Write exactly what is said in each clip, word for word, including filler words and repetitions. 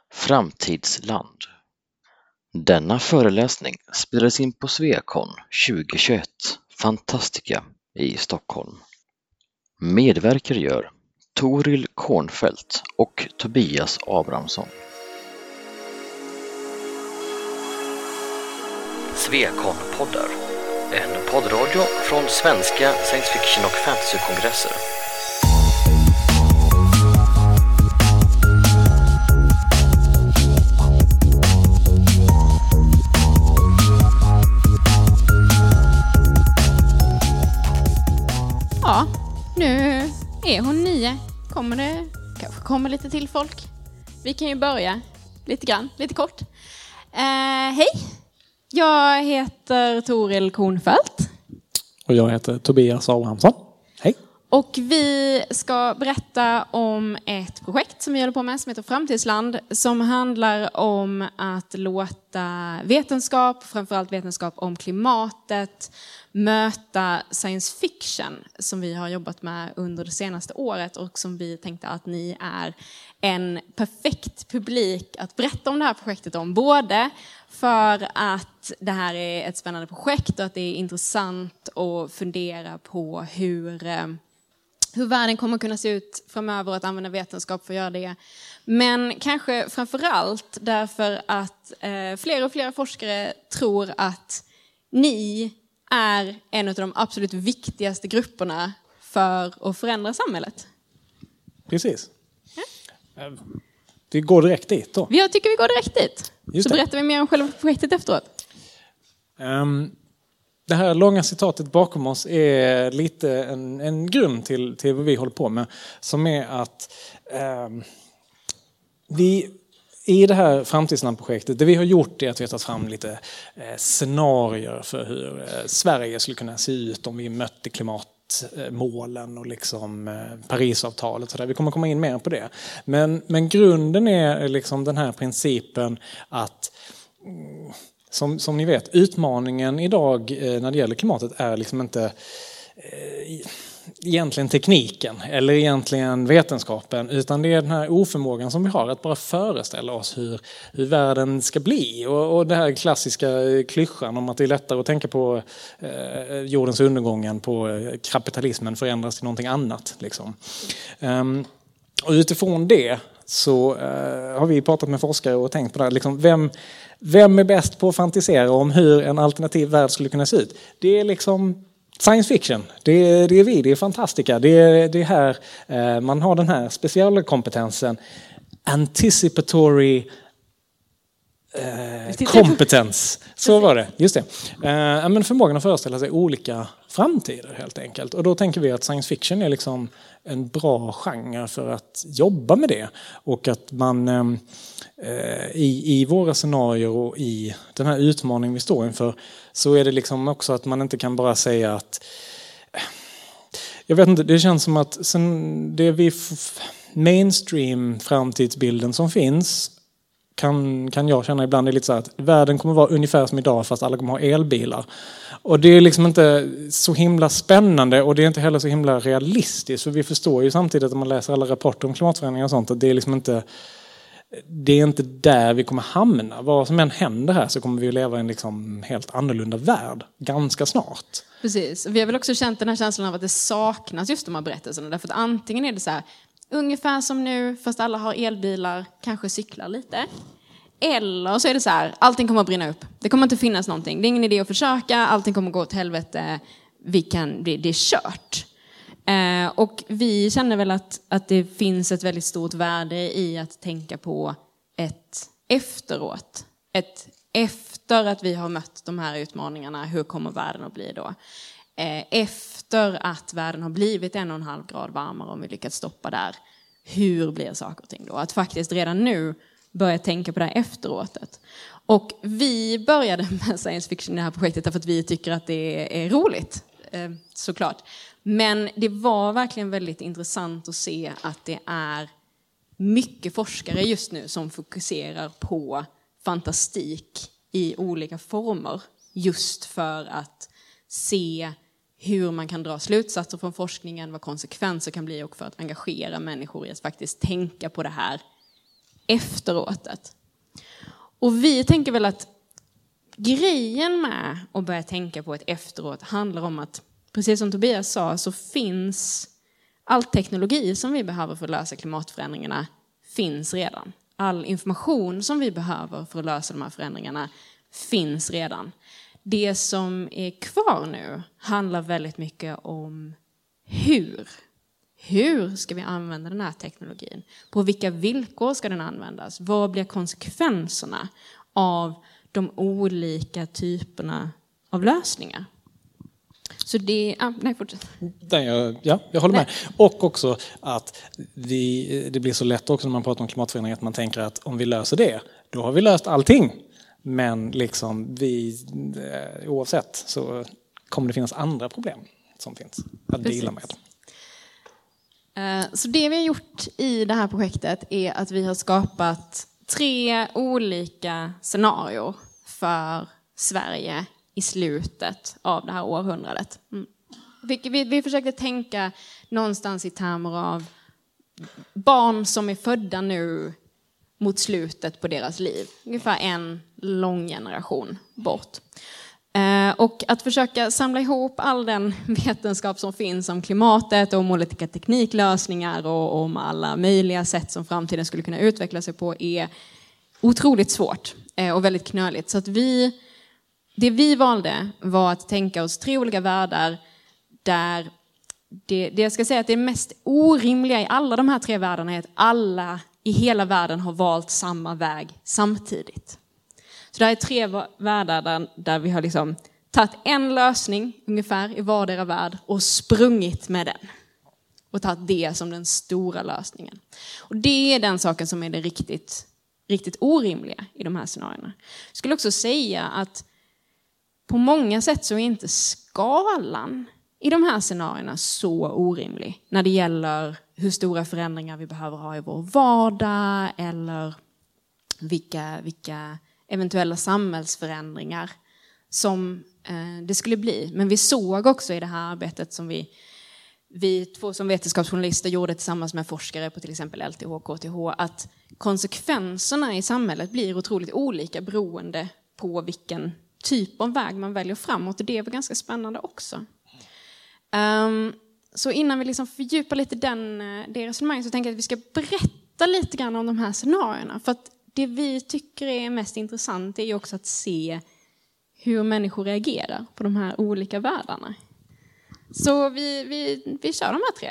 Framtidsland. Denna föreläsning spelades in på Swecon tjugohundratjugoett Fantastica i Stockholm. Medverkar gör Toril Kornfeldt och Tobias Abrahamsson. Swecon-poddar. En poddradio från svenska science fiction och fantasy-kongresser. Ja, nu är hon nio. Kommer det kanske kommer lite till folk. Vi kan ju börja lite grann, lite kort. Eh, hej, jag heter Toril Kornfeldt. Och jag heter Tobias Abrahamsson. Hej. Och vi ska berätta om ett projekt som vi håller på med som heter Framtidsland. Som handlar om att låta vetenskap, framförallt vetenskap om klimatet, möta science fiction som vi har jobbat med under det senaste året. Och som vi tänkte att ni är en perfekt publik att berätta om det här projektet om. Både för att det här är ett spännande projekt och att det är intressant att fundera på hur... hur världen kommer kunna se ut framöver och att använda vetenskap för att göra det. Men kanske framförallt därför att eh, fler och fler forskare tror att ni är en av de absolut viktigaste grupperna för att förändra samhället. Precis. Ja. Vi går direkt dit då. Jag tycker vi går direkt dit. Just Så det. berättar vi mer om själva projektet efteråt. Um, det här långa citatet bakom oss är lite en, en grund till, till vad vi håller på med. Som är att um, vi i det här framtidslandprojektet, det vi har gjort är att vi har tagit fram lite eh, scenarier för hur eh, Sverige skulle kunna se ut om vi mötte klimatmålen och liksom eh, Parisavtalet. Så där. Vi kommer komma in mer på det. Men, men grunden är liksom den här principen att mm, Som, som ni vet, utmaningen idag eh, när det gäller klimatet är liksom inte eh, egentligen tekniken eller egentligen vetenskapen, utan det är den här oförmågan som vi har att bara föreställa oss hur, hur världen ska bli. Och, och den här klassiska klyschan om att det är lättare att tänka på eh, jordens undergång än på eh, kapitalismen förändras till någonting annat. Liksom. Um, och utifrån det så eh, har vi pratat med forskare och tänkt på det här. Liksom, vem, vem är bäst på att fantisera om hur en alternativ värld skulle kunna se ut? Det är liksom science fiction. Det är, det är vi, det är fantastika. Det är, det är här eh, man har den här specialkompetensen. Anticipatory eh, competence. Så var det, just det. Eh, men förmågan att föreställa sig olika framtider helt enkelt. Och då tänker vi att science fiction är liksom en bra genre för att jobba med det. Och att man eh, i, i våra scenarier och i den här utmaningen vi står inför så är det liksom också att man inte kan bara säga att jag vet inte, det känns som att sen det vi f- mainstream framtidsbilden som finns kan, kan jag känna ibland är lite så att världen kommer vara ungefär som idag fast alla kommer ha elbilar. Och det är liksom inte så himla spännande och det är inte heller så himla realistiskt. För vi förstår ju samtidigt att man läser alla rapporter om klimatförändringar och sånt att det är liksom inte, det är inte där vi kommer hamna. Vad som än händer här så kommer vi att leva i en liksom helt annorlunda värld ganska snart. Precis, och vi har väl också känt den här känslan av att det saknas just de här berättelserna. Därför att antingen är det så här, ungefär som nu, fast alla har elbilar, kanske cyklar lite. Eller så är det så här, allting kommer att brinna upp. Det kommer inte finnas någonting. Det är ingen idé att försöka, allting kommer att gå åt helvete. Vi kan, det, det är kört. Eh, och vi känner väl att, att det finns ett väldigt stort värde i att tänka på ett efteråt. Ett efter att vi har mött de här utmaningarna, hur kommer världen att bli då? Eh, efter att världen har blivit en och en halv grad varmare, om vi lyckats stoppa där, hur blir saker och ting då? Att faktiskt redan nu börja tänka på det här efteråtet. Och vi började med science fiction i det här projektet därför att vi tycker att det är roligt, eh, såklart. Men det var verkligen väldigt intressant att se att det är mycket forskare just nu som fokuserar på fantastik i olika former. Just för att se hur man kan dra slutsatser från forskningen, vad konsekvenser kan bli och för att engagera människor i att faktiskt tänka på det här efteråt. Och vi tänker väl att grejen med att börja tänka på ett efteråt handlar om att, precis som Tobias sa, så finns all teknologi som vi behöver för att lösa klimatförändringarna finns redan. All information som vi behöver för att lösa de här förändringarna finns redan. Det som är kvar nu handlar väldigt mycket om hur. Hur ska vi använda den här teknologin? På vilka villkor ska den användas? Vad blir konsekvenserna av de olika typerna av lösningar? Så det... Ah, nej, fortsätt. Ja, jag håller med. Och också att vi, det blir så lätt också när man pratar om klimatförändringar att man tänker att om vi löser det, då har vi löst allting. Men liksom vi, oavsett så kommer det finnas andra problem som finns att dela med. Så det vi har gjort i det här projektet är att vi har skapat tre olika scenarier för Sverige i slutet av det här århundradet. Mm. Vi, vi, vi försökte tänka någonstans i termer av barn som är födda nu mot slutet på deras liv. Ungefär en lång generation bort. Eh, och att försöka samla ihop all den vetenskap som finns om klimatet och om olika tekniklösningar och om alla möjliga sätt som framtiden skulle kunna utveckla sig på är otroligt svårt eh, och väldigt knöligt. Så att vi, det vi valde var att tänka oss tre olika världar där det, det jag ska säga att det mest orimliga i alla de här tre världarna är att alla i hela världen har valt samma väg samtidigt. Så det här är tre världar där, där vi har liksom tagit en lösning ungefär i vardera värld och sprungit med den. Och tagit det som den stora lösningen. Och det är den saken som är det riktigt, riktigt orimliga i de här scenarierna. Jag skulle också säga att på många sätt så är inte skalan i de här scenarierna så orimlig när det gäller hur stora förändringar vi behöver ha i vår vardag eller vilka, vilka eventuella samhällsförändringar som eh, det skulle bli. Men vi såg också i det här arbetet som vi, vi två som vetenskapsjournalister gjorde tillsammans med forskare på till exempel L T H och K T H att konsekvenserna i samhället blir otroligt olika beroende på vilken typ av väg man väljer framåt. Och det var ganska spännande också. Um, så innan vi liksom fördjupar lite den, det resonemanget så tänker jag att vi ska berätta lite grann om de här scenarierna. För att det vi tycker är mest intressant är ju också att se hur människor reagerar på de här olika världarna. Så vi, vi, vi kör de här tre.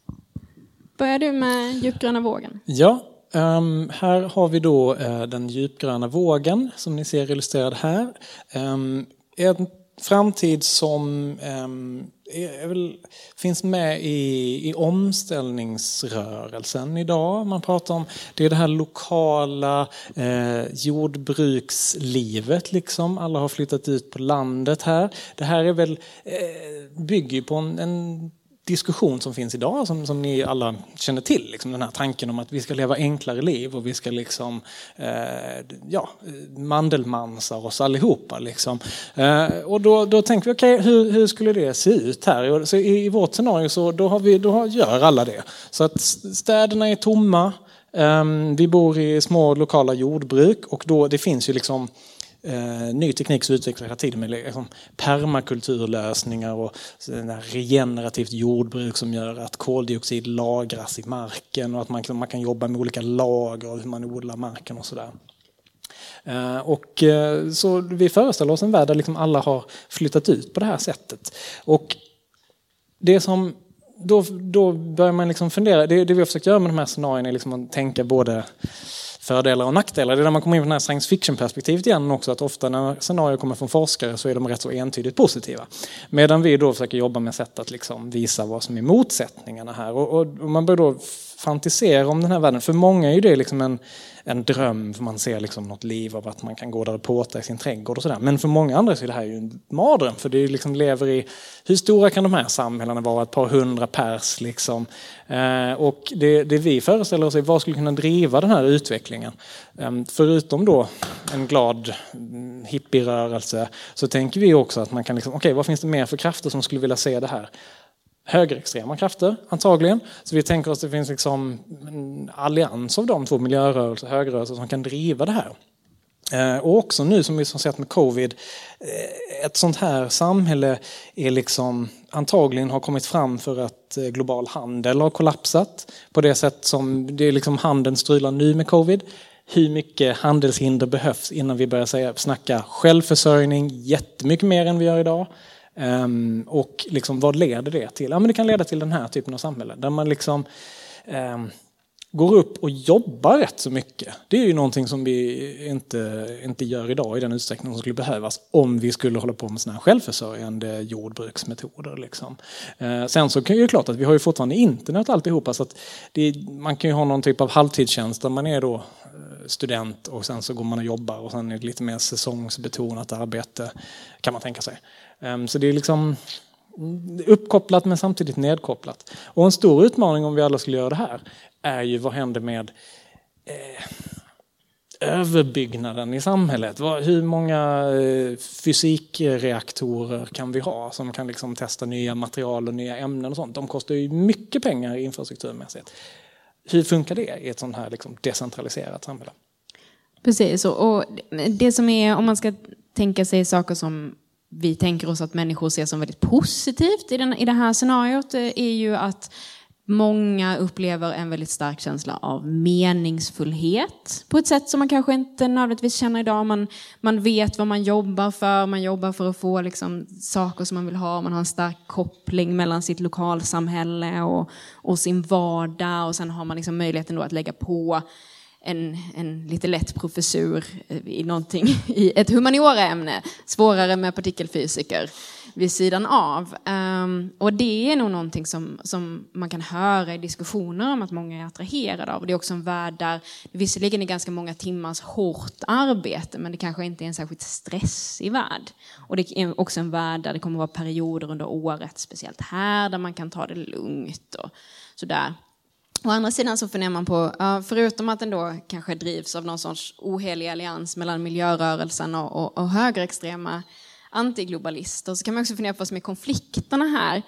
Börjar du med djupgröna vågen? Ja, um, här har vi då uh, den djupgröna vågen som ni ser illustrerad här. Um, en framtid som um, är, väl, finns med i, i omställningsrörelsen idag. Man pratar om det, är det här lokala eh, jordbrukslivet. Liksom. Alla har flyttat ut på landet här. Det här är väl, eh, bygger på en, en diskussion som finns idag som, som ni alla känner till. Liksom den här tanken om att vi ska leva enklare liv och vi ska liksom, eh, ja, mandelmansar oss allihopa. Liksom. Eh, och då, då tänker vi, okej, okay, hur, hur skulle det se ut här? Så i, i vårt scenario så då, har vi, då har, gör alla det. Så att städerna är tomma, eh, vi bor i små lokala jordbruk och då, det finns ju liksom Eh, ny teknik som utvecklas hela tiden med liksom, permakulturlösningar och regenerativt jordbruk som gör att koldioxid lagras i marken och att man, man kan jobba med olika lager och hur man odlar marken och sådär. Eh, och eh, så vi föreställer oss en värld där liksom alla har flyttat ut på det här sättet. Och det som då, då börjar man liksom fundera, det, det vi har försökt göra med de här scenarierna är liksom att tänka både fördelar och nackdelar. Det är där man kommer in på det här science fiction-perspektivet igen också, att ofta när scenarier kommer från forskare så är de rätt så entydigt positiva. Medan vi då försöker jobba med sätt att liksom visa vad som är motsättningarna här. Och, och, och man börjar då fantisera om den här världen. För många är ju det liksom en, en dröm, för man ser liksom något liv av att man kan gå där och påta i sin trädgård och sådär. Men för många andra så är det här ju en mardröm, för det liksom lever i, hur stora kan de här samhällena vara? Ett par hundra pers liksom. Eh, och det, det vi föreställer oss är vad skulle kunna driva den här utvecklingen. Eh, förutom då en glad hippierörelse så tänker vi också att man kan liksom, okej, okay, vad finns det mer för krafter som skulle vilja se det här? högerextrema krafter antagligen. Så vi tänker oss att det finns liksom en allians av de två miljörörelser, högerrörelser som kan driva det här. Och också nu som vi har sett med covid, ett sånt här samhälle är liksom antagligen har kommit fram för att global handel har kollapsat på det sätt som det är liksom handeln strular nu med covid. Hur mycket handelshinder behövs innan vi börjar säga, snacka självförsörjning jättemycket mer än vi gör idag. Um, och liksom, vad leder det till? Ja, men det kan leda till den här typen av samhälle där man liksom um, går upp och jobbar rätt så mycket. Det är ju någonting som vi inte, inte gör idag i den utsträckning som skulle behövas om vi skulle hålla på med såna här självförsörjande jordbruksmetoder. Liksom. Eh, sen så kan ju klart att vi har ju fortfarande internet alltihopa, så att det, man kan ju ha någon typ av halvtidstjänst där man är då student och sen så går man och jobbar och sen är det lite mer säsongsbetonat arbete kan man tänka sig. Eh, så det är liksom uppkopplat men samtidigt nedkopplat. Och en stor utmaning om vi alla skulle göra det här är ju vad händer med eh, överbyggnaden i samhället. Vad, hur många eh, fysikreaktorer kan vi ha som kan liksom testa nya material och nya ämnen och sånt. De kostar ju mycket pengar i infrastrukturmässigt. Hur funkar det i ett sånt här liksom decentraliserat samhälle? Precis, och det som är, om man ska tänka sig saker som vi tänker oss att människor ser som väldigt positivt i, den, i det här scenariot, är ju att många upplever en väldigt stark känsla av meningsfullhet på ett sätt som man kanske inte nödvändigtvis känner idag. Man, man vet vad man jobbar för, man jobbar för att få liksom saker som man vill ha. Man har en stark koppling mellan sitt lokalsamhälle och, och sin vardag, och sen har man liksom möjligheten då att lägga på En, en lite lätt professur i någonting i ett humanioraämne, svårare med partikelfysiker vid sidan av. Um, och det är nog någonting som, som man kan höra i diskussioner om att många är attraherade av. Det är också en värld där det visserligen är ganska många timmars hårt arbete, men det kanske inte är en särskilt stressig värld. Och det är också en värld där det kommer att vara perioder under året, speciellt här, där man kan ta det lugnt och sådär. Å andra sidan så förnär man på, förutom att den då kanske drivs av någon sorts ohelig allians mellan miljörörelsen och, och, och högerextrema antiglobalister, så kan man också fundera på vad som är konflikterna här.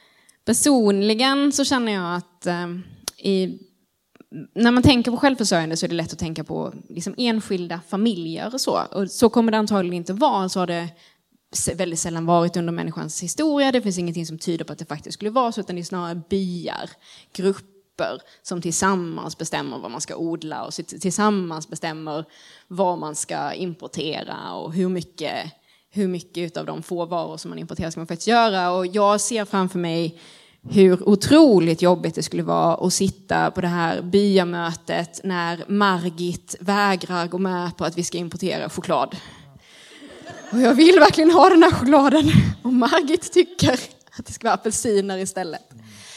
Personligen så känner jag att eh, i, när man tänker på självförsörjande så är det lätt att tänka på liksom enskilda familjer och så. Och så kommer det antagligen inte vara, så har det väldigt sällan varit under människans historia. Det finns ingenting som tyder på att det faktiskt skulle vara så, utan det är snarare byar, grupper som tillsammans bestämmer vad man ska odla och tillsammans bestämmer vad man ska importera och hur mycket, hur mycket av de få varor som man importerar ska man faktiskt göra. Och jag ser framför mig hur otroligt jobbigt det skulle vara att sitta på det här byamötet när Margit vägrar gå med på att vi ska importera choklad. Och jag vill verkligen ha den här chokladen, och Margit tycker att det ska vara apelsiner istället.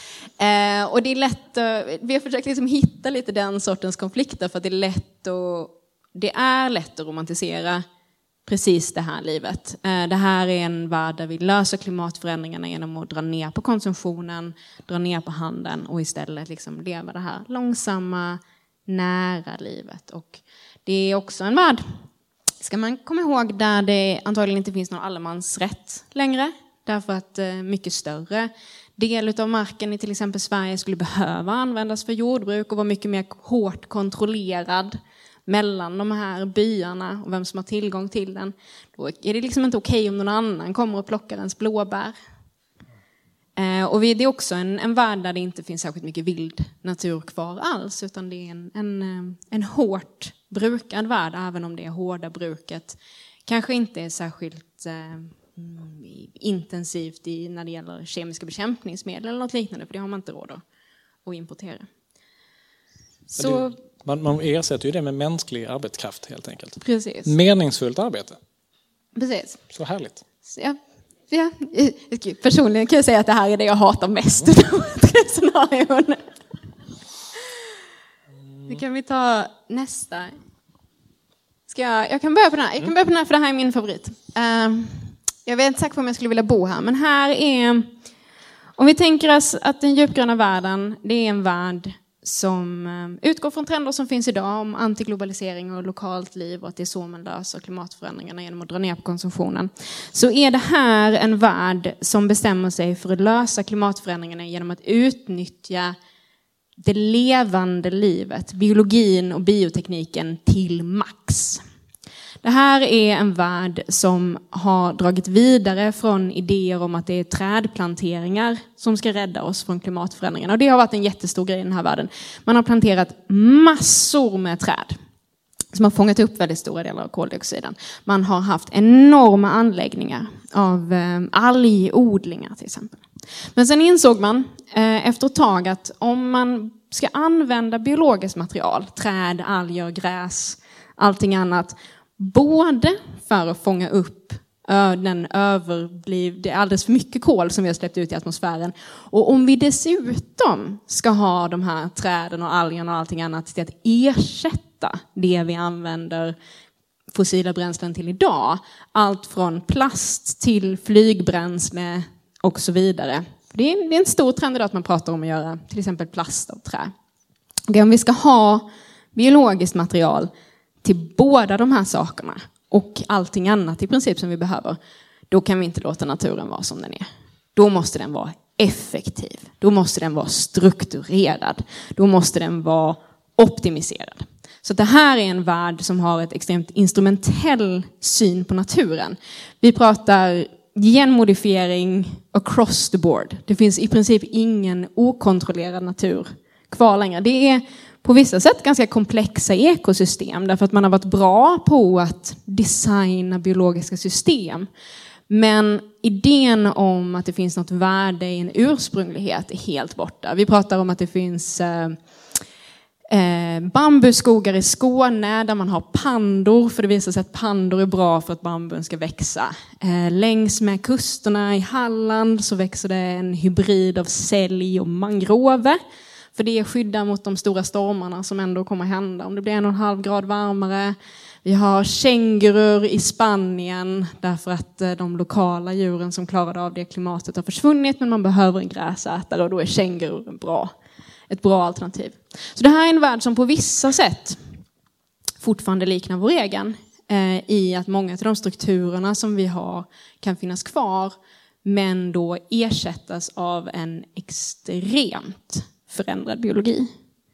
Eh, och det är lätt att, vi har försökt liksom hitta lite den sortens konflikter, för att det är lätt att, det är lätt att romantisera precis det här livet. Eh, det här är en värld där vi löser klimatförändringarna genom att dra ner på konsumtionen, dra ner på handeln och istället liksom leva det här långsamma, nära livet. Och det är också en värld, ska man komma ihåg, där det antagligen inte finns någon allemansrätt längre, därför att eh, mycket större del av marken i till exempel Sverige skulle behöva användas för jordbruk och vara mycket mer hårt kontrollerad mellan de här byarna och vem som har tillgång till den. Då är det liksom inte okej om någon annan kommer och plockar ens blåbär. Eh, och det är också en, en värld där det inte finns särskilt mycket vild natur kvar alls, utan det är en, en, en hårt brukad värld, även om det hårda bruket kanske inte är särskilt eh, intensivt i, när det gäller kemiska bekämpningsmedel eller något liknande, för det har man inte råd att, att importera. Så, det, man, man ersätter ju det med mänsklig arbetskraft helt enkelt. Precis. Meningsfullt arbete. Precis. Så härligt. Så, ja, ja, personligen kan jag säga att det här är det jag hatar mest mm. av tre scenarion. Nu kan vi ta nästa. Ska jag, jag kan börja på den här. Jag kan börja på den här, för det här är min favorit. Um, Jag vet inte säkert om jag skulle vilja bo här, men här är, om vi tänker oss att den djupgröna världen, det är en värld som utgår från trender som finns idag om antiglobalisering och lokalt liv och att det är så man löser klimatförändringarna genom att dra ner på konsumtionen. Så är det här en värld som bestämmer sig för att lösa klimatförändringarna genom att utnyttja det levande livet, biologin och biotekniken till max. Det här är en värld som har dragit vidare från idéer om att det är trädplanteringar som ska rädda oss från klimatförändringarna. Och det har varit en jättestor grej i den här världen. Man har planterat massor med träd som har fångat upp väldigt stora delar av koldioxiden. Man har haft enorma anläggningar av eh, algodlingar till exempel. Men sen insåg man eh, efter ett tag att om man ska använda biologiskt material, träd, alger, gräs, allting annat, både för att fånga upp den överbliv, det är alldeles för mycket kol som vi har släppt ut i atmosfären. Och om vi dessutom ska ha de här träden och algerna och allting annat till att ersätta det vi använder fossila bränslen till idag. Allt från plast till flygbränsle och så vidare. Det är, det är en stor trend idag att man pratar om att göra till exempel plast av trä. Och om vi ska ha biologiskt material till båda de här sakerna och allting annat i princip som vi behöver, då kan vi inte låta naturen vara som den är. Då måste den vara effektiv. Då måste den vara strukturerad. Då måste den vara optimiserad. Så det här är en värld som har ett extremt instrumentell syn på naturen. Vi pratar genmodifiering across the board. Det finns i princip ingen okontrollerad natur kvar längre. Det är på vissa sätt ganska komplexa ekosystem därför att man har varit bra på att designa biologiska system. Men idén om att det finns något värde i en ursprunglighet är helt borta. Vi pratar om att det finns eh, eh, bambuskogar i Skåne där man har pandor, för det visar sig att pandor är bra för att bambun ska växa. Eh, längs med kusterna i Halland så växer det en hybrid av sälj och mangrove. För det skyddar mot de stora stormarna som ändå kommer hända om det blir en och en halv grad varmare. Vi har kängurur i Spanien därför att de lokala djuren som klarade av det klimatet har försvunnit, men man behöver en gräsätare och då är kängurur en bra, ett bra alternativ. Så det här är en värld som på vissa sätt fortfarande liknar vår egen eh, i att många av de strukturerna som vi har kan finnas kvar, men då ersättas av en extremt förändrad biologi.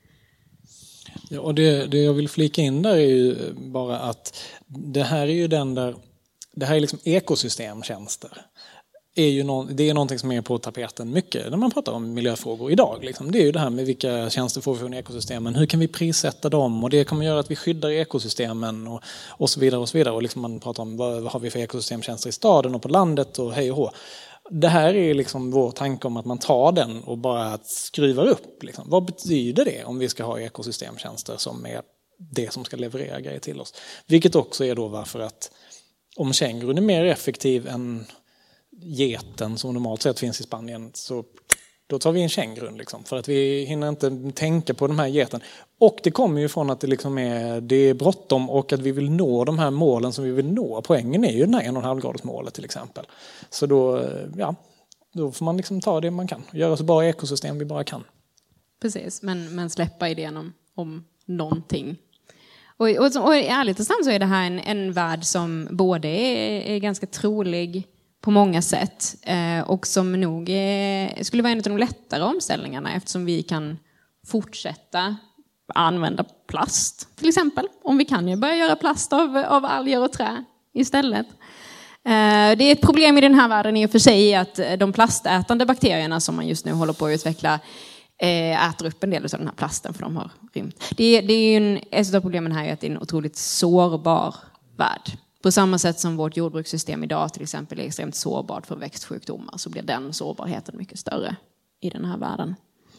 Ja, och det, det jag vill flika in där är ju bara att det här är ju den där, det här är liksom ekosystemtjänster. Är ju någon, det är någonting som är på tapeten mycket när man pratar om miljöfrågor idag. Liksom. Det är ju det här med vilka tjänster får vi från ekosystemen, hur kan vi prissätta dem, och det kommer göra att vi skyddar ekosystemen och, och så vidare och så vidare. Och liksom man pratar om vad, vad har vi för ekosystemtjänster i staden och på landet och hej och hå. Det här är liksom vår tanke om att man tar den och bara skruvar upp. Liksom. Vad betyder det om vi ska ha ekosystemtjänster som är det som ska leverera grejer till oss? Vilket också är då varför att om kängurun är mer effektiv än geten som normalt sett finns i Spanien, så då tar vi en kängurun. Liksom, för att vi hinner inte tänka på de här geten. Och det kommer ju från att det, liksom är, det är bråttom och att vi vill nå de här målen som vi vill nå. Poängen är ju den här en och en halv graders målet till exempel. Så då, ja, då får man liksom ta det man kan. Göra så bra ekosystem vi bara kan. Precis, men, men släppa idén om, om någonting. Och, och, och ärligt och sant så är det här en, en värld som både är, är ganska trolig på många sätt eh, och som nog är, skulle vara en av de lättare omställningarna eftersom vi kan fortsätta använda plast till exempel. Om vi kan ju börja göra plast av, av alger och trä istället. Eh, det är ett problem i den här världen i och för sig att de plastätande bakterierna som man just nu håller på att utveckla eh, äter upp en del av den här plasten för de har rymt. Det, det är ju en, ett av problemen här är att det är en otroligt sårbar värld. På samma sätt som vårt jordbrukssystem idag till exempel är extremt sårbart för växtsjukdomar, så blir den sårbarheten mycket större i den här världen.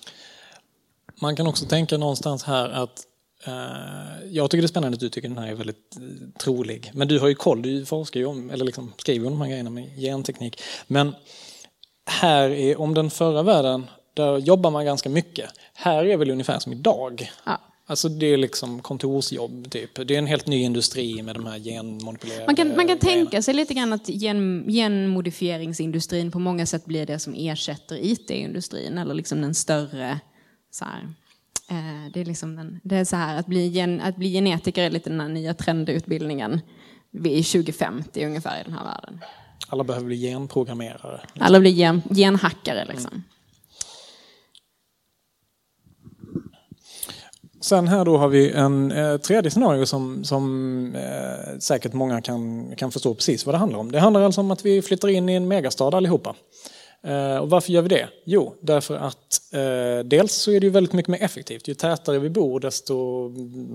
Man kan också tänka någonstans här att eh, jag tycker det är spännande att du tycker den här är väldigt eh, trolig. Men du har ju koll, du forskar ju om, eller liksom skriver om de här grejerna med genteknik. Men här är, om den förra världen, där jobbar man ganska mycket. Här är väl ungefär som idag. Ja. Alltså det är liksom kontorsjobb typ. Det är en helt ny industri med de här genmanipulerade... Man kan, man kan tänka sig lite grann att gen, genmodifieringsindustrin på många sätt blir det som ersätter I T-industrin. Eller liksom den större så här, Eh, det är liksom den, det är så här att bli, gen, att bli genetiker är lite den här nya trendutbildningen vid tjugo femtio ungefär i den här världen. Alla behöver bli genprogrammerare. Liksom. Alla blir gen, genhackare liksom. Mm. Sen här då har vi en eh, tredje scenario som, som eh, säkert många kan, kan förstå precis vad det handlar om. Det handlar alltså om att vi flyttar in i en megastad allihopa. Eh, och varför gör vi det? Jo, därför att eh, dels så är det ju väldigt mycket mer effektivt. Ju tätare vi bor desto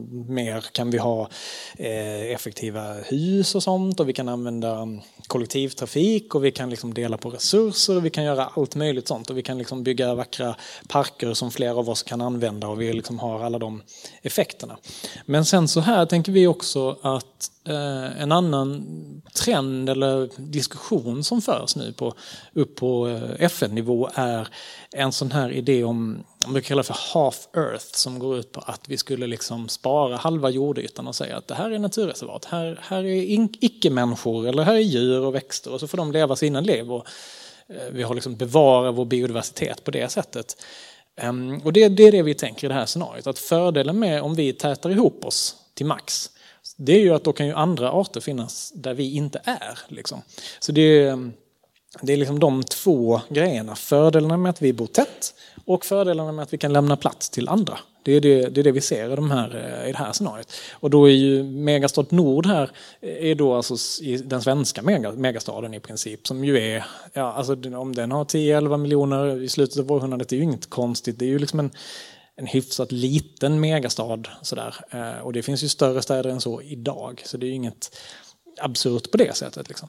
mer kan vi ha eh, effektiva hus och sånt. Och vi kan använda kollektivtrafik och vi kan liksom dela på resurser och vi kan göra allt möjligt sånt. Och vi kan liksom bygga vackra parker som flera av oss kan använda och vi liksom har alla de effekterna. Men sen så här tänker vi också att eh, en annan trend eller diskussion som förs nu på, upp på F N-nivå är en sån här idé om, om vi kallar för half earth, som går ut på att vi skulle liksom spara halva jordytan och säga att det här är naturreservat, här, här är icke-människor eller här är djur och växter och så får de leva sina liv och eh, vi har liksom bevarat vår biodiversitet på det sättet. Um, och det, det är det vi tänker i det här scenariot, att fördelen med om vi tätar ihop oss till max, det är ju att då kan ju andra arter finnas där vi inte är. Liksom. Så det är, det är liksom de två grejerna. Fördelarna med att vi bor tätt och fördelarna med att vi kan lämna plats till andra. Det är det, det, är det vi ser i, de här, i det här scenariot. Och då är ju Megastad Nord här är då alltså i den svenska mega, megastaden i princip. Som ju är, ja, alltså om den har tio till elva miljoner i slutet av århundradet, det är ju inget konstigt. Det är ju liksom en en hyfsat liten megastad sådär. Och det finns ju större städer än så idag. Så det är ju inget absurt på det sättet. Liksom.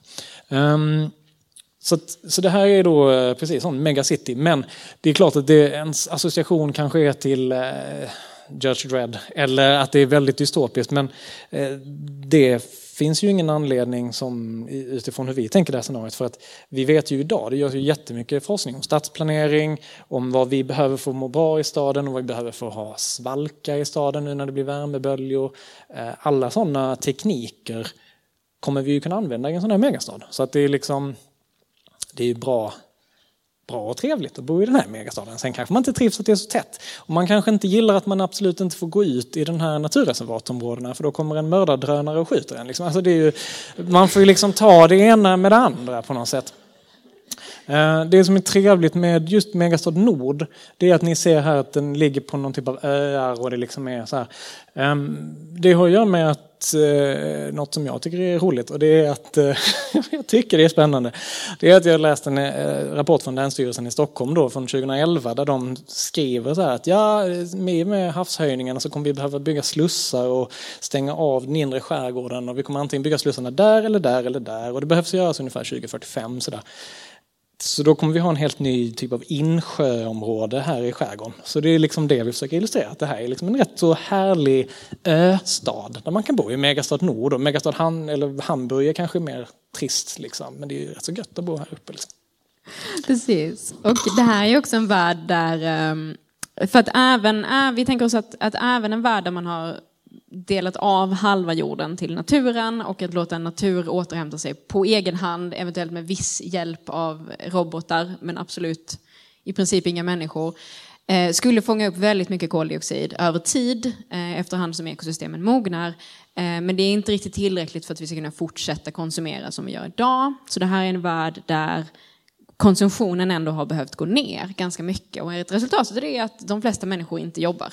Um, så, att, så det här är då precis som megacity. Men det är klart att det, ens association kanske är till uh, Judge Dredd. Eller att det är väldigt dystopiskt. Men uh, det finns ju ingen anledning som, utifrån hur vi tänker det här scenariot, för att vi vet ju idag, det görs ju jättemycket forskning om stadsplanering, om vad vi behöver för att må bra i staden och vad vi behöver för att ha svalka i staden nu när det blir värmeböljor. Alla sådana tekniker kommer vi ju kunna använda i en sån här megastad. Så att det är liksom, det är ju bra bra och trevligt att bo i den här megastaden. Sen kanske man inte trivs att det är så tätt. Och man kanske inte gillar att man absolut inte får gå ut i den här naturreservatområdena, för då kommer en mördardrönare och skjuter en. Liksom. Alltså det är ju, man får ju liksom ta det ena med det andra på något sätt. Det som är trevligt med just Megastad Nord, det är att ni ser här att den ligger på någon typ av öar och det liksom är så här. Det har att göra med att något som jag tycker är roligt, och det är att jag tycker det är spännande. Det är att jag läste en rapport från Länsstyrelsen i Stockholm då från tjugoelva där de skriver så här att ja, med med havshöjningarna så kommer vi behöva bygga slussar och stänga av den inre skärgården, och vi kommer antingen bygga slussarna där eller där eller där, och det behövs göras ungefär tjugo fyrtiofem sådär. Så då kommer vi ha en helt ny typ av insjöområde här i skärgården. Så det är liksom det vi försöker illustrera. Att det här är liksom en rätt så härlig östad där man kan bo i Megastad Nord. Och Megastad Han, eller Hamburg är kanske mer trist liksom. Men det är ju rätt så gött att bo här uppe liksom. Precis. Och det här är ju också en värld där... För att även, vi tänker oss att, att även en värld där man har delat av halva jorden till naturen och att låta en natur återhämta sig på egen hand, eventuellt med viss hjälp av robotar, men absolut i princip inga människor, eh, skulle fånga upp väldigt mycket koldioxid över tid eh, efterhand som ekosystemen mognar. Eh, men det är inte riktigt tillräckligt för att vi ska kunna fortsätta konsumera som vi gör idag. Så det här är en värld där konsumtionen ändå har behövt gå ner ganska mycket, och ett resultat av det är att de flesta människor inte jobbar.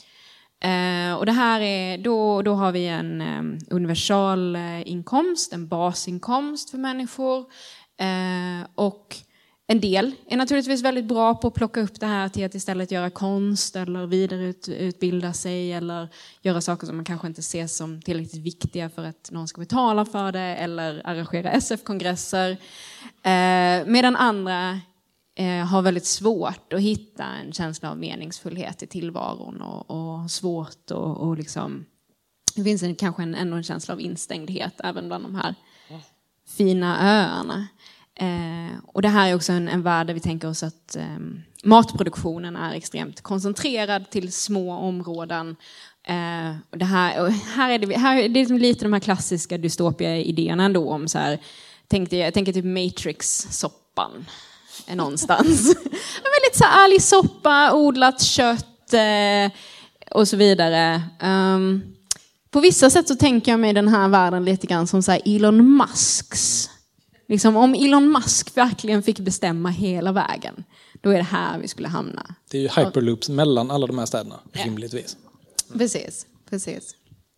Uh, och det här är, då, då har vi en um, universal uh, inkomst, en basinkomst för människor. Uh, och en del är naturligtvis väldigt bra på att plocka upp det här till att istället göra konst eller vidareutbilda sig eller göra saker som man kanske inte ser som tillräckligt viktiga för att någon ska betala för det, eller arrangera S F-kongresser. Uh, medan andra har väldigt svårt att hitta en känsla av meningsfullhet i tillvaron, och, och svårt och, och liksom, det finns en, kanske en, ändå en känsla av instängdhet även bland de här fina öarna. Eh, och det här är också en, en värld där vi tänker oss att eh, matproduktionen är extremt koncentrerad till små områden. Eh, och det här, och här är det, här är det liksom lite de här klassiska dystopia idéerna ändå om så här, tänkte, jag tänker typ Matrix-soppan någonstans. En väldigt så här ärlig soppa, odlat kött, eh, och så vidare. Um, på vissa sätt så tänker jag mig den här världen lite grann som så här Elon Musks. Liksom, om Elon Musk verkligen fick bestämma hela vägen, då är det här vi skulle hamna. Det är ju hyperloops och, mellan alla de här städerna, ja. Rimligtvis. Precis, precis.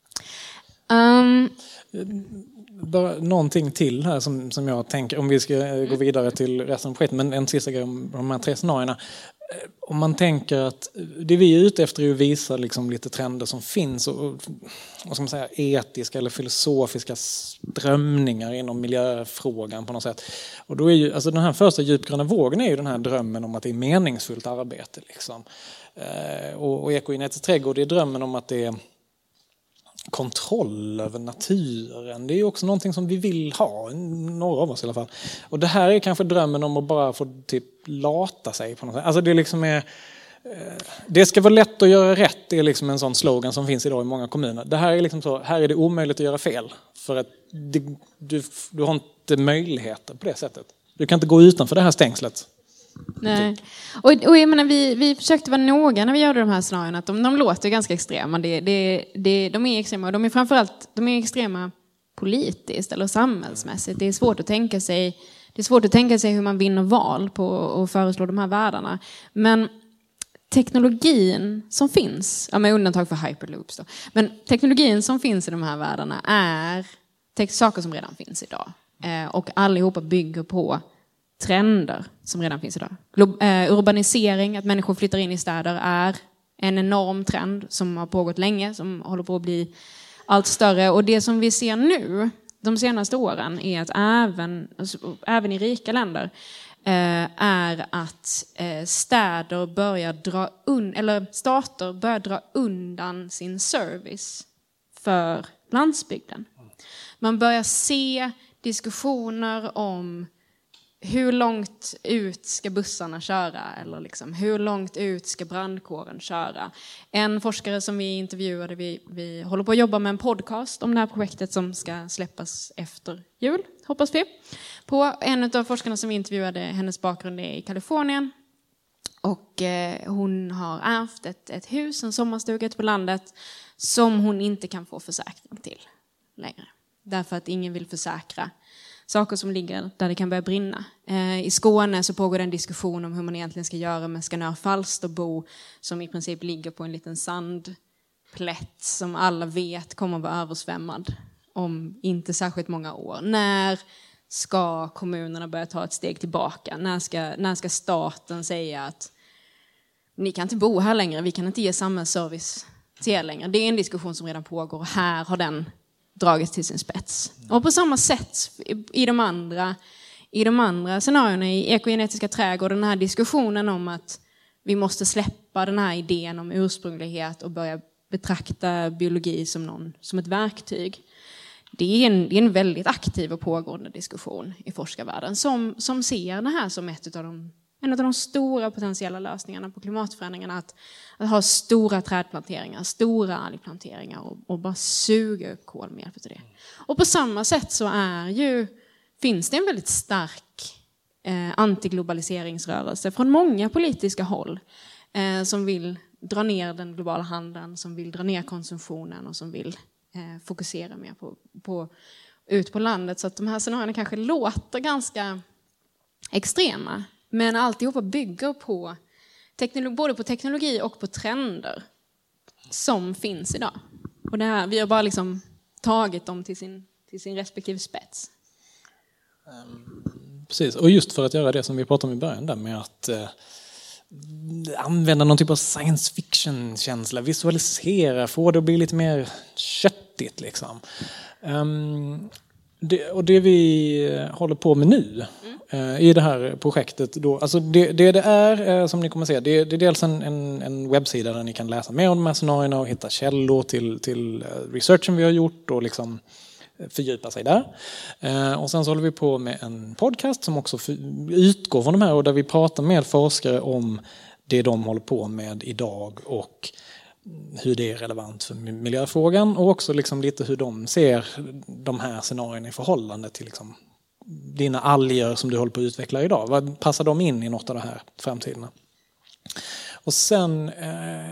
Um, Bara någonting till här som, som jag tänker, om vi ska gå vidare till resten av projektet, men en sista grej om de här tre scenarierna. Om man tänker att det vi är ute efter är att visa liksom lite trender som finns och, och vad ska man säga, etiska eller filosofiska strömningar inom miljöfrågan på något sätt. Och då är ju, alltså den här första djupgröna vågen är ju den här drömmen om att det är meningsfullt arbete. Liksom. Eh, och, och ekogenetisk trädgård är drömmen om att det är kontroll över naturen. Det är ju också någonting som vi vill ha, några av oss i alla fall. Och det här är kanske drömmen om att bara få typ lata sig på något sätt. Alltså det liksom är, det ska vara lätt att göra rätt, det är liksom en sån slogan som finns idag i många kommuner. Det här är liksom så, här är det omöjligt att göra fel för att det, du, du har inte möjligheter på det sättet. Du kan inte gå utanför det här stängslet. Nej. Och, och jag menar, vi, vi försökte vara noga när vi gjorde de här scenarierna, att de, de låter ganska extrema. Det, det, det, de är extrema, och de är framförallt de är extrema politiskt eller samhällsmässigt. Det är svårt att tänka sig, det är svårt att tänka sig hur man vinner val på att föreslå de här världarna. Men teknologin som finns, ja, med undantag för hyperloops då, men teknologin som finns i de här världarna är te- saker som redan finns idag. Eh, och allihopa bygger på trender som redan finns idag. Glo- eh, urbanisering, att människor flyttar in i städer, är en enorm trend som har pågått länge, som håller på att bli allt större. Och det som vi ser nu, de senaste åren, är att även, alltså, även i rika länder eh, är att eh, städer börjar dra un- eller stater börjar dra undan sin service för landsbygden. Man börjar se diskussioner om hur långt ut ska bussarna köra, eller liksom, hur långt ut ska brandkåren köra. En forskare som vi intervjuade, vi, vi håller på att jobba med en podcast om det här projektet som ska släppas efter jul, hoppas vi. På en av forskarna som vi intervjuade, hennes bakgrund är i Kalifornien. Och eh, hon har ärvt ett, ett hus, en sommarstuga på landet, som hon inte kan få försäkring till längre. Därför att ingen vill försäkra saker som ligger där det kan börja brinna. Eh, I Skåne så pågår det en diskussion om hur man egentligen ska göra med Skanör Falsterbo, som i princip ligger på en liten sandplätt som alla vet kommer att vara översvämmad om inte särskilt många år. När ska kommunerna börja ta ett steg tillbaka? När ska, när ska staten säga att ni kan inte bo här längre, vi kan inte ge samhällsservice till er längre? Det är en diskussion som redan pågår, och här har den dragits till sin spets. Och på samma sätt i de andra, i de andra scenarierna i ekogenetiska trädgården, den här diskussionen om att vi måste släppa den här idén om ursprunglighet och börja betrakta biologi som, någon, som ett verktyg. Det är, en, det är en väldigt aktiv och pågående diskussion i forskarvärlden som, som ser det här som ett av de, en av de stora potentiella lösningarna på klimatförändringarna. Att, att ha stora trädplanteringar, stora algplanteringar och, och bara suga upp kol med hjälp av det. Och på samma sätt så är ju, finns det en väldigt stark eh, antiglobaliseringsrörelse från många politiska håll eh, som vill dra ner den globala handeln, som vill dra ner konsumtionen och som vill eh, fokusera mer på, på, ut på landet. Så att de här scenarierna kanske låter ganska extrema, men alltihopa bygger på teknologi, både på teknologi och på trender som finns idag. Och det här, vi har bara liksom tagit dem till sin, till sin respektive spets. Um, precis, och just för att göra det som vi pratade om i början där med att eh, använda någon typ av science fiction-känsla, visualisera, få det att bli lite mer köttigt liksom. Um, det, och det vi håller på med nu mm. i det här projektet då, alltså det, det det är som ni kommer att se, det, det är dels en, en, en webbsida där ni kan läsa mer om de här scenarierna och hitta källor till, till researchen vi har gjort och liksom fördjupa sig där. Och sen så håller vi på med en podcast som också utgår från de här och där vi pratar med forskare om det de håller på med idag och hur det är relevant för miljöfrågan och också liksom lite hur de ser de här scenarierna i förhållande till liksom dina alger som du håller på att utveckla idag. Vad passar de in i något av de här framtiderna? Och sen eh,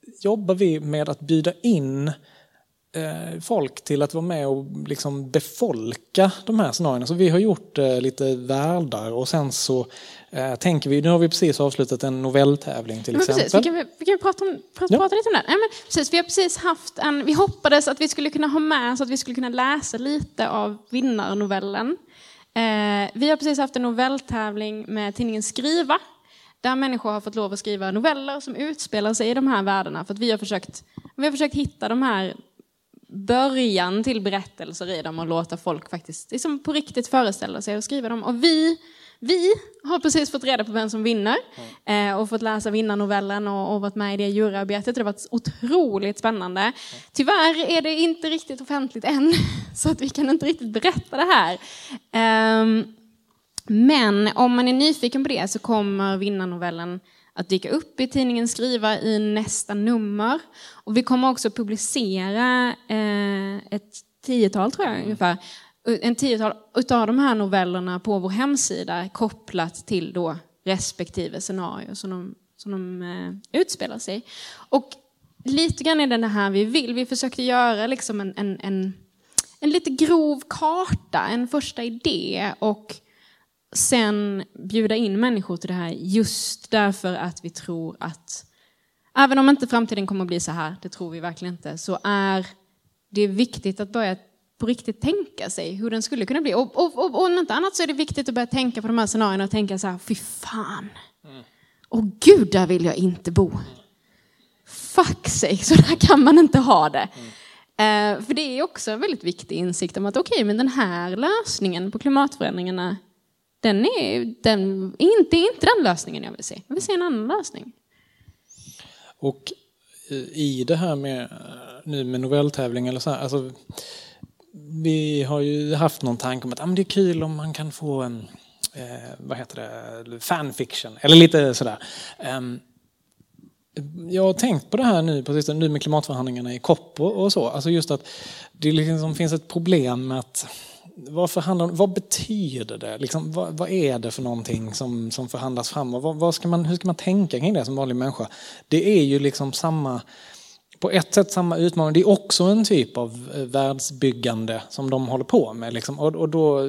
jobbar vi med att bjuda in eh, folk till att vara med och liksom befolka de här scenarierna. Så vi har gjort eh, lite världar och sen så eh, tänker vi, nu har vi precis avslutat en novelltävling till men exempel. Precis, vi kan, vi kan prata, om, prata, ja. prata lite om det. Nej, men precis, vi har precis haft en, vi hoppades att vi skulle kunna ha med så att vi skulle kunna läsa lite av vinnarnovellen. Eh, vi har precis haft en novelltävling med tidningen Skriva. Där människor har fått lov att skriva noveller som utspelar sig i de här världarna. För att vi har försökt, vi har försökt hitta de här början till berättelser i dem och låta folk faktiskt liksom på riktigt föreställa sig och skriva dem. Och vi, vi har precis fått reda på vem som vinner mm. eh, och fått läsa vinnarnovellen och, och varit med i det juryarbetet. Det har varit otroligt spännande. Mm. Tyvärr är det inte riktigt offentligt än så att vi kan inte riktigt berätta det här. Um, Men om man är nyfiken på det så kommer vinnarnovellen att dyka upp i tidningen Skriva i nästa nummer. Och vi kommer också publicera eh, ett tiotal, tror jag ungefär, en tiotal utav de här novellerna på vår hemsida kopplat till då respektive scenario som de, som de eh, utspelar sig. Och lite grann är det här vi vill. Vi försökte göra liksom en, en, en, en lite grov karta, en första idé och sen bjuda in människor till det här just därför att vi tror att även om inte framtiden kommer att bli så här, det tror vi verkligen inte, så är det viktigt att börja på riktigt tänka sig hur den skulle kunna bli. Och, och, och, och om inte annat så är det viktigt att börja tänka på de här scenarierna och tänka så här, fy fan. Och gud, där vill jag inte bo. Fuck sig, så där kan man inte ha det. Mm. Uh, för det är också en väldigt viktig insikt om att okej, okay, men den här lösningen på klimatförändringarna Den är, den, inte, inte den lösningen jag vill se. Jag vill se en annan lösning. Och i det här med, nu med novelltävling eller så här, alltså, vi har ju haft någon tanke om att ah, men det är kul om man kan få en, eh, vad heter det, fanfiction eller lite sådär. Um, jag har tänkt på det här nu, precis nu med klimatförhandlingarna i C O P och, och så. Alltså just att det liksom finns ett problem med att Vad, förhandlar, vad betyder det? Liksom, vad, vad är det för någonting som, som förhandlas fram? Och vad, vad ska man, hur ska man tänka kring det som vanlig människa? Det är ju liksom samma, på ett sätt samma utmaning. Det är också en typ av världsbyggande som de håller på med. Liksom. Och, och då,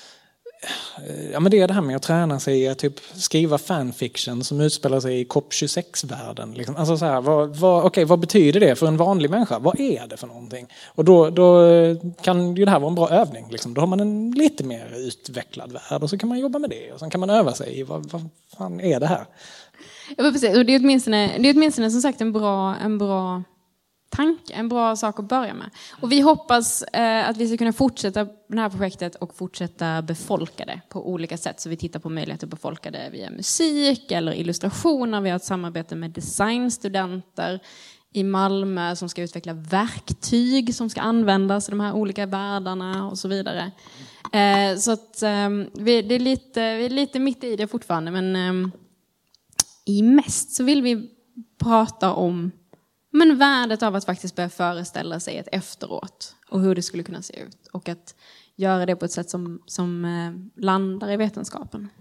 ja, men det är det här med att träna sig att typ skriva fanfiction som utspelar sig i C O P tjugosex-världen. Liksom. Alltså så här, vad, vad, okay, vad betyder det för en vanlig människa? Vad är det för någonting? Och då, då kan ju det här vara en bra övning. Liksom. Då har man en lite mer utvecklad värld och så kan man jobba med det. Och sen kan man öva sig i vad, vad fan är det här? Ja, precis. Och det är åtminstone, det är åtminstone som sagt en bra... En bra... tanke, en bra sak att börja med. Och vi hoppas eh, att vi ska kunna fortsätta det här projektet och fortsätta befolka det på olika sätt. Så vi tittar på möjligheter att befolka det via musik eller illustrationer. Vi har ett samarbete med designstudenter i Malmö som ska utveckla verktyg som ska användas i de här olika världarna och så vidare. Eh, så att eh, vi, det är lite, vi är lite mitt i det fortfarande, men eh, i mest så vill vi prata om men värdet av att faktiskt börja föreställa sig ett efteråt och hur det skulle kunna se ut. Och att göra det på ett sätt som, som eh, landar i vetenskapen.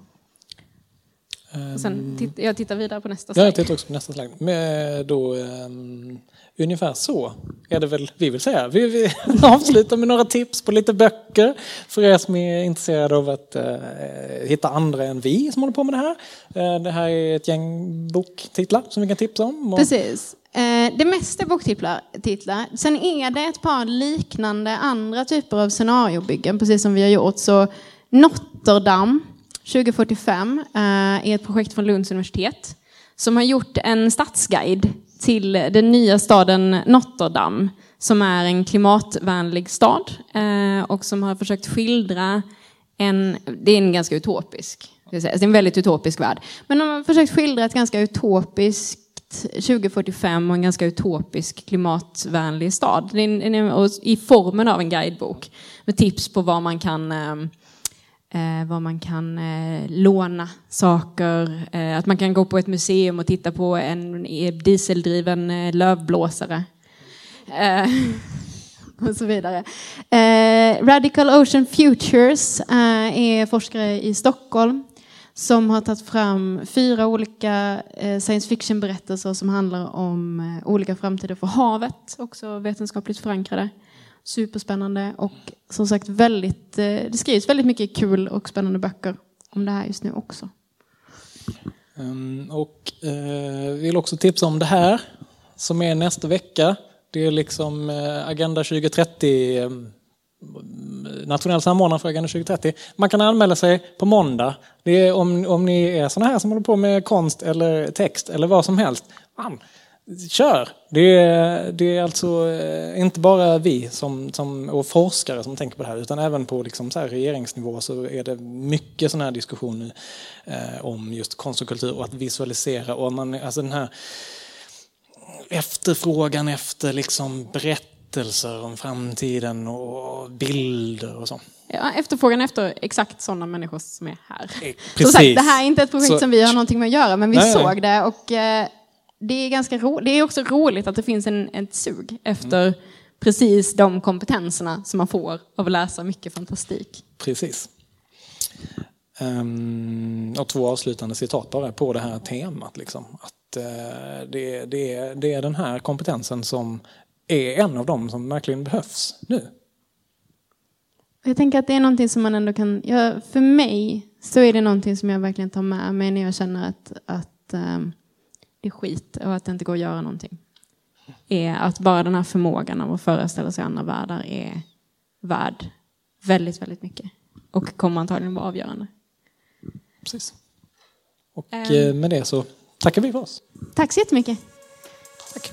Um, och sen titt, jag tittar vidare på nästa slide. Ja, jag tittar också på nästa slide. Men då, um, ungefär så är det väl vi vill säga. Vi, vi avslutar med några tips på lite böcker för er som är intresserade av att uh, hitta andra än vi som håller på med det här. Uh, det här är ett gäng boktitlar som vi kan tipsa om. Och precis. Det mesta är boktitlar. Sen är det ett par liknande andra typer av scenariobyggen, precis som vi har gjort. Så Notre Dame tjugo fyrtiofem är ett projekt från Lunds universitet som har gjort en stadsguide till den nya staden Notre Dame, som är en klimatvänlig stad och som har försökt skildra en, det är en ganska utopisk, det är en väldigt utopisk värld, men de har försökt skildra ett ganska utopiskt tjugo fyrtiofem och en ganska utopisk klimatvänlig stad. Det är en, i formen av en guidebok med tips på vad man kan eh, vad man kan eh, låna saker, eh, att man kan gå på ett museum och titta på en dieseldriven eh, lövblåsare eh, och så vidare. Eh, Radical Ocean Futures eh, är forskare i Stockholm som har tagit fram fyra olika eh, science fiction-berättelser som handlar om eh, olika framtider för havet, också vetenskapligt förankrade. Superspännande och som sagt väldigt, eh, det skrivs väldigt mycket kul och spännande böcker om det här just nu också. Um, och eh, vill också tipsa om det här som är nästa vecka. Det är liksom eh, Agenda tjugo trettio, eh, nationell samordnare för Agenda tjugo trettio. Man kan anmäla sig på måndag. Det är om, om ni är såna här som håller på med konst eller text eller vad som helst. Man, kör! Det är, det är alltså eh, inte bara vi som, som, och forskare som tänker på det här, utan även på liksom så här regeringsnivå så är det mycket sådana här diskussioner eh, om just konst och kultur och att visualisera. Och man, alltså den här efterfrågan efter liksom berättelser om framtiden och bilder och så. Ja, efterfrågan efter exakt sådana människor som är här. Precis. Som sagt, det här är inte ett projekt så, som vi har någonting med att göra, men vi nej, såg nej. det och eh, det är ganska ro- det är också roligt att det finns en, ett sug efter mm. precis de kompetenserna som man får av att läsa mycket fantastik. Precis. Um, och två avslutande citat bara på det här temat. Liksom. Att uh, det, det, det är den här kompetensen som är en av dem som verkligen behövs nu. Jag tänker att det är någonting som man ändå kan... Ja, för mig så är det någonting som jag verkligen tar med mig när jag känner att, att um, det är skit och att det inte går att göra någonting. Är att bara den här förmågan av att föreställa sig andra världar är värd väldigt, väldigt mycket. Och kommer antagligen vara avgörande. Precis. Och um, med det så tackar vi för oss. Tack så jättemycket. Tack.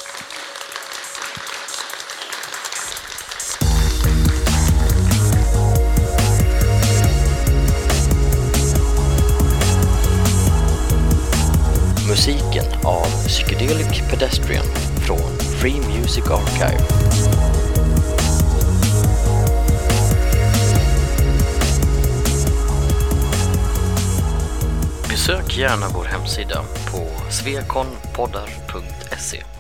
Musiken av Psychedelic Pedestrian från Free Music Archive. Besök gärna vår hemsida på svekonpoddar punkt se.